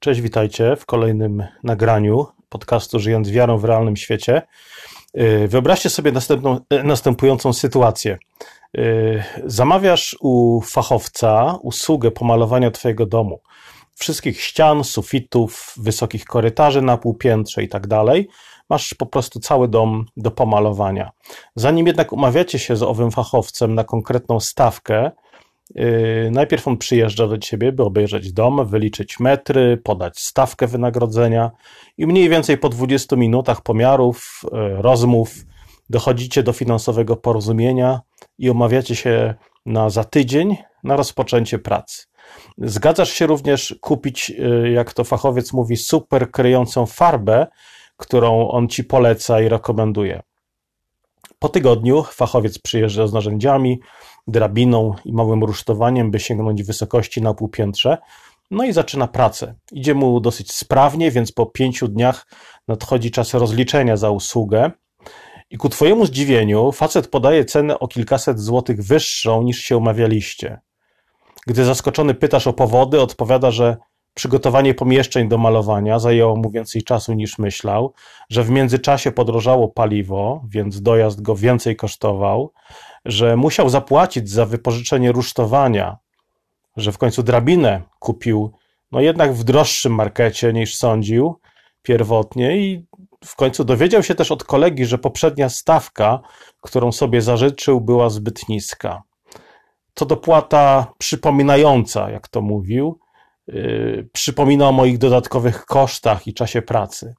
Cześć, witajcie w kolejnym nagraniu podcastu Żyjąc wiarą w realnym świecie. Wyobraźcie sobie następującą sytuację. Zamawiasz u fachowca usługę pomalowania twojego domu. Wszystkich ścian, sufitów, wysokich korytarzy na półpiętrze i tak dalej. Masz po prostu cały dom do pomalowania. Zanim jednak umawiacie się z owym fachowcem na konkretną stawkę, najpierw on przyjeżdża do ciebie, by obejrzeć dom, wyliczyć metry, podać stawkę wynagrodzenia i mniej więcej po 20 minutach pomiarów, rozmów dochodzicie do finansowego porozumienia i umawiacie się za tydzień na rozpoczęcie pracy. Zgadzasz się również kupić, jak to fachowiec mówi, super kryjącą farbę, którą on ci poleca i rekomenduje. Po tygodniu fachowiec przyjeżdża z narzędziami, drabiną i małym rusztowaniem, by sięgnąć wysokości na półpiętrze, no i zaczyna pracę. Idzie mu dosyć sprawnie, więc po 5 dniach nadchodzi czas rozliczenia za usługę i ku twojemu zdziwieniu facet podaje cenę o kilkaset złotych wyższą niż się umawialiście. Gdy zaskoczony pytasz o powody, odpowiada, że przygotowanie pomieszczeń do malowania zajęło mu więcej czasu niż myślał, że w międzyczasie podrożało paliwo, więc dojazd go więcej kosztował, że musiał zapłacić za wypożyczenie rusztowania, że w końcu drabinę kupił jednak w droższym markecie niż sądził pierwotnie i w końcu dowiedział się też od kolegi, że poprzednia stawka, którą sobie zażyczył, była zbyt niska. To dopłata przypominająca, jak to mówił, przypomina o moich dodatkowych kosztach i czasie pracy.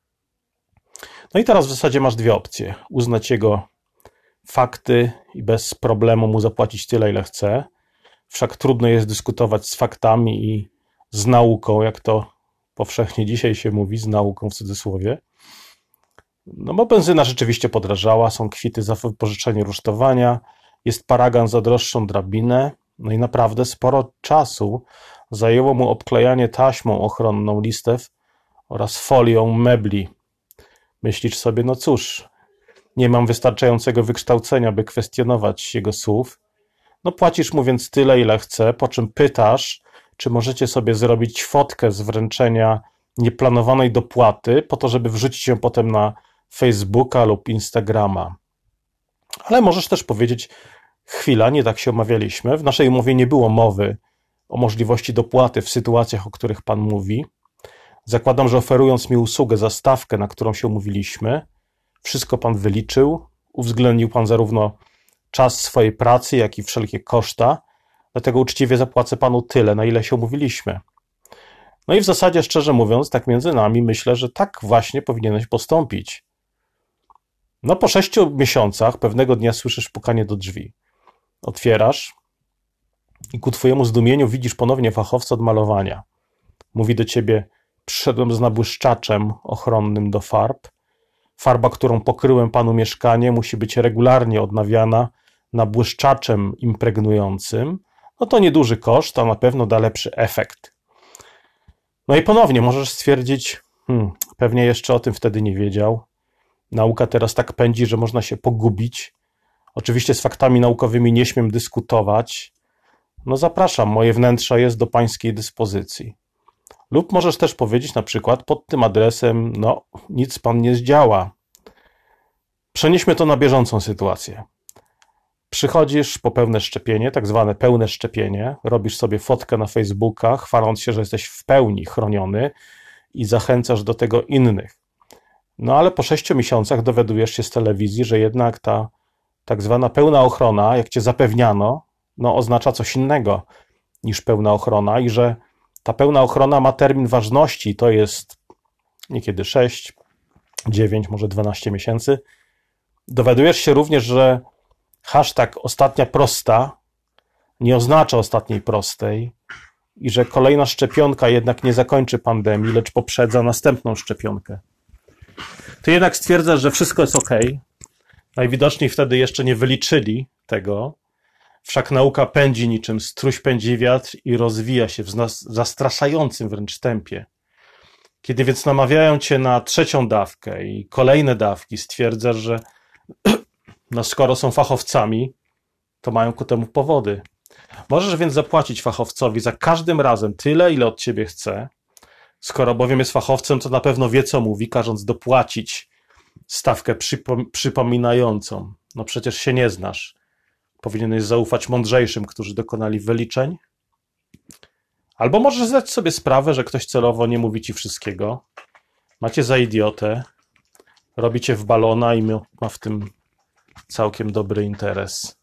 No i teraz w zasadzie masz dwie opcje. Uznać jego fakty i bez problemu mu zapłacić tyle, ile chce. Wszak trudno jest dyskutować z faktami i z nauką, jak to powszechnie dzisiaj się mówi, z nauką w cudzysłowie. No bo benzyna rzeczywiście podrażała, są kwity za wypożyczenie rusztowania, jest paragon za droższą drabinę, no i naprawdę sporo czasu zajęło mu obklejanie taśmą ochronną listew oraz folią mebli. Myślisz sobie, no cóż, nie mam wystarczającego wykształcenia, by kwestionować jego słów. No płacisz mu więc tyle, ile chce, po czym pytasz, czy możecie sobie zrobić fotkę z wręczenia nieplanowanej dopłaty, po to, żeby wrzucić ją potem na Facebooka lub Instagrama. Ale możesz też powiedzieć, chwila, nie tak się umawialiśmy. W naszej umowie nie było mowy o możliwości dopłaty w sytuacjach, o których pan mówi. Zakładam, że oferując mi usługę za stawkę, na którą się umówiliśmy, wszystko pan wyliczył, uwzględnił pan zarówno czas swojej pracy, jak i wszelkie koszta, dlatego uczciwie zapłacę panu tyle, na ile się umówiliśmy. No i w zasadzie, szczerze mówiąc, tak między nami, myślę, że tak właśnie powinieneś postąpić. No po 6 miesiącach pewnego dnia słyszysz pukanie do drzwi. Otwierasz i ku twojemu zdumieniu widzisz ponownie fachowca od malowania. Mówi do ciebie, przyszedłem z nabłyszczaczem ochronnym do farb. Farba, którą pokryłem panu mieszkanie, musi być regularnie odnawiana nabłyszczaczem impregnującym. No to nieduży koszt, a na pewno da lepszy efekt. No i ponownie możesz stwierdzić, pewnie jeszcze o tym wtedy nie wiedział. Nauka teraz tak pędzi, że można się pogubić. Oczywiście z faktami naukowymi nie śmiem dyskutować. No zapraszam, moje wnętrze jest do pańskiej dyspozycji. Lub możesz też powiedzieć na przykład pod tym adresem, nic pan nie zdziała. Przenieśmy to na bieżącą sytuację. Przychodzisz po pełne szczepienie, tak zwane pełne szczepienie, robisz sobie fotkę na Facebooka, chwaląc się, że jesteś w pełni chroniony i zachęcasz do tego innych. No ale po 6 miesiącach dowiadujesz się z telewizji, że jednak ta tak zwana pełna ochrona, jak cię zapewniano, oznacza coś innego niż pełna ochrona i że ta pełna ochrona ma termin ważności, to jest niekiedy 6, 9, może 12 miesięcy. Dowiadujesz się również, że hashtag ostatnia prosta nie oznacza ostatniej prostej i że kolejna szczepionka jednak nie zakończy pandemii, lecz poprzedza następną szczepionkę. Ty jednak stwierdzasz, że wszystko jest ok. Najwidoczniej wtedy jeszcze nie wyliczyli tego. Wszak nauka pędzi niczym struś pędzi wiatr i rozwija się w zastraszającym wręcz tempie. Kiedy więc namawiają cię na 3. dawkę i kolejne dawki, stwierdzasz, że skoro są fachowcami, to mają ku temu powody. Możesz więc zapłacić fachowcowi za każdym razem tyle, ile od ciebie chce, Skoro bowiem jest fachowcem, to na pewno wie, co mówi, każąc dopłacić stawkę przypominającą. No przecież się nie znasz. Powinieneś zaufać mądrzejszym, którzy dokonali wyliczeń. Albo możesz zdać sobie sprawę, że ktoś celowo nie mówi ci wszystkiego. Macie za idiotę, robicie w balona i ma w tym całkiem dobry interes.